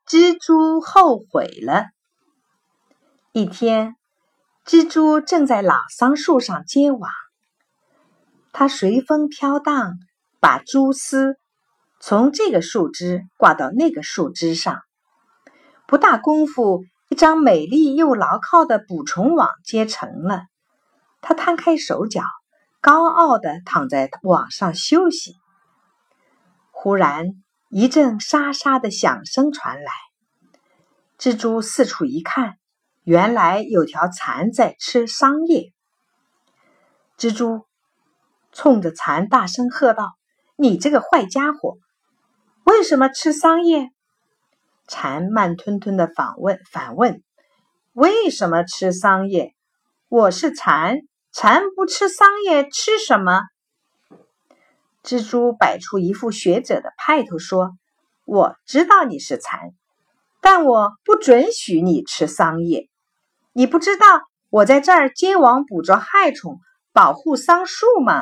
蜘蛛后悔了。一天，蜘蛛正在老桑树上结网，它随风飘荡，把蛛丝从这个树枝挂到那个树枝上。不大功夫，一张美丽又牢靠的捕虫网结成了。它摊开手脚，高傲地躺在网上休息。忽然，一阵沙沙的响声传来。蜘蛛四处一看，原来有条蚕在吃桑叶。蜘蛛冲着蚕大声喝道：“你这个坏家伙，为什么吃桑叶？”蚕慢吞吞地反问：“为什么吃桑叶？我是蚕，蚕不吃桑叶，吃什么？”蜘蛛摆出一副学者的派头说：“我知道你是蚕，但我不准许你吃桑叶。你不知道我在这儿结网捕捉害虫，保护桑树吗？”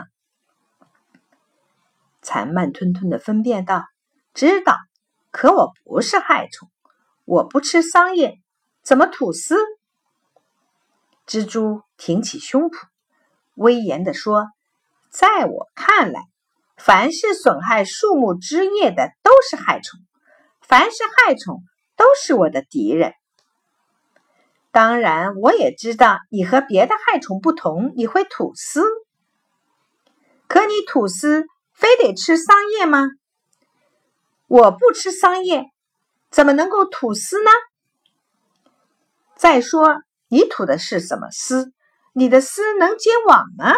蚕慢吞吞地分辨道：“知道，可我不是害虫，我不吃桑叶，怎么吐丝？”蜘蛛挺起胸脯，威严地说：“在我看来，凡是损害树木枝叶的都是害虫，凡是害虫都是我的敌人。当然，我也知道你和别的害虫不同，你会吐丝。可你吐丝非得吃桑叶吗？我不吃桑叶，怎么能够吐丝呢？再说，你吐的是什么丝？你的丝能结网吗？”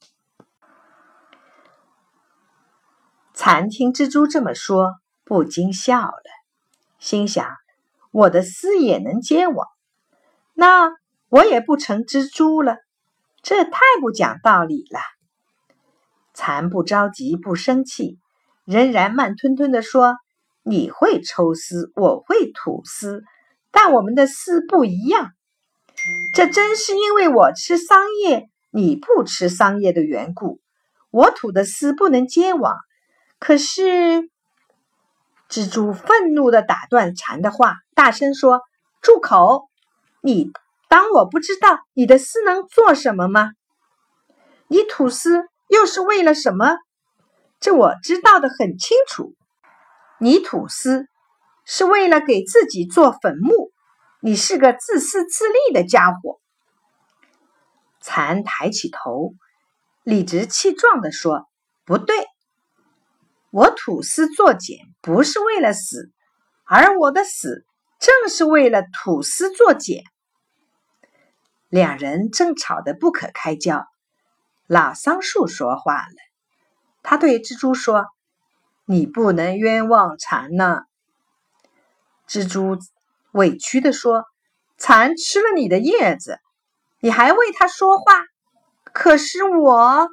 蚕听蜘蛛这么说，不禁笑了，心想：我的丝也能结网，那我也不成蜘蛛了，这太不讲道理了。蚕不着急，不生气，仍然慢吞吞地说：“你会抽丝，我会吐丝，但我们的丝不一样。这真是因为我吃桑叶，你不吃桑叶的缘故。我吐的丝不能结网。可是……”蜘蛛愤怒地打断蚕的话，大声说：“住口！你当我不知道你的丝能做什么吗？你吐丝又是为了什么？这我知道得很清楚。你吐丝是为了给自己做坟墓，你是个自私自利的家伙。”蚕抬起头，理直气壮地说：“不对，我吐丝作茧不是为了死，而我的死正是为了吐丝作茧。”两人正吵得不可开交，老桑树说话了，他对蜘蛛说：“你不能冤枉蚕呢。”蜘蛛委屈地说：“蚕吃了你的叶子，你还为它说话？可是我……”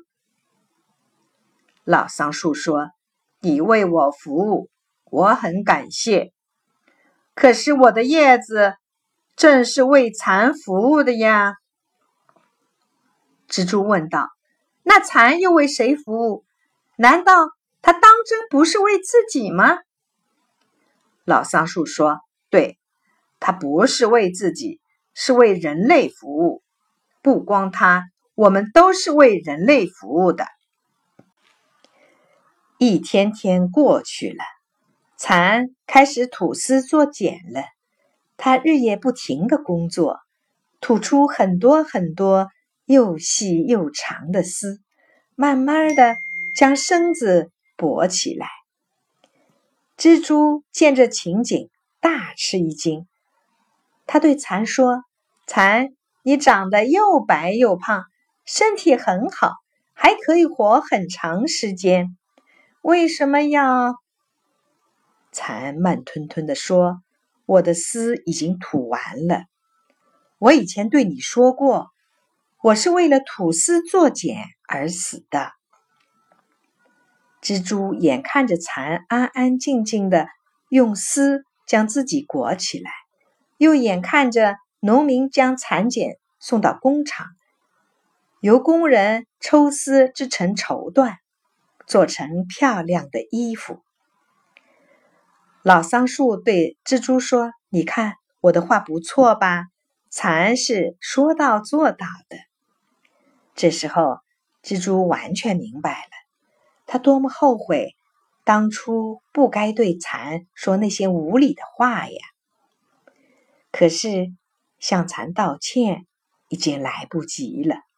老桑树说：“你为我服务，我很感谢。可是我的叶子正是为蚕服务的呀。”蜘蛛问道：“那蚕又为谁服务？难道它当真不是为自己吗？”老桑树说：“对，它不是为自己，是为人类服务。不光它，我们都是为人类服务的。”一天天过去了，蚕开始吐丝作茧了。它日夜不停地工作，吐出很多很多又细又长的丝，慢慢地将身子裹起来。蜘蛛见这情景，大吃一惊。他对蚕说：“蚕，你长得又白又胖，身体很好，还可以活很长时间，为什么要……”蚕慢吞吞地说：“我的丝已经吐完了。我以前对你说过，我是为了吐丝作茧而死的。”蜘蛛眼看着蚕安安静静地用丝将自己裹起来，又眼看着农民将蚕茧送到工厂，由工人抽丝织成绸缎，做成漂亮的衣服。 老桑树对蜘蛛说：“你看，我的话不错吧？蚕是说到做到的。”这时候，蜘蛛完全明白了，他多么后悔当初不该对蚕说那些无理的话呀！可是向蚕道歉已经来不及了。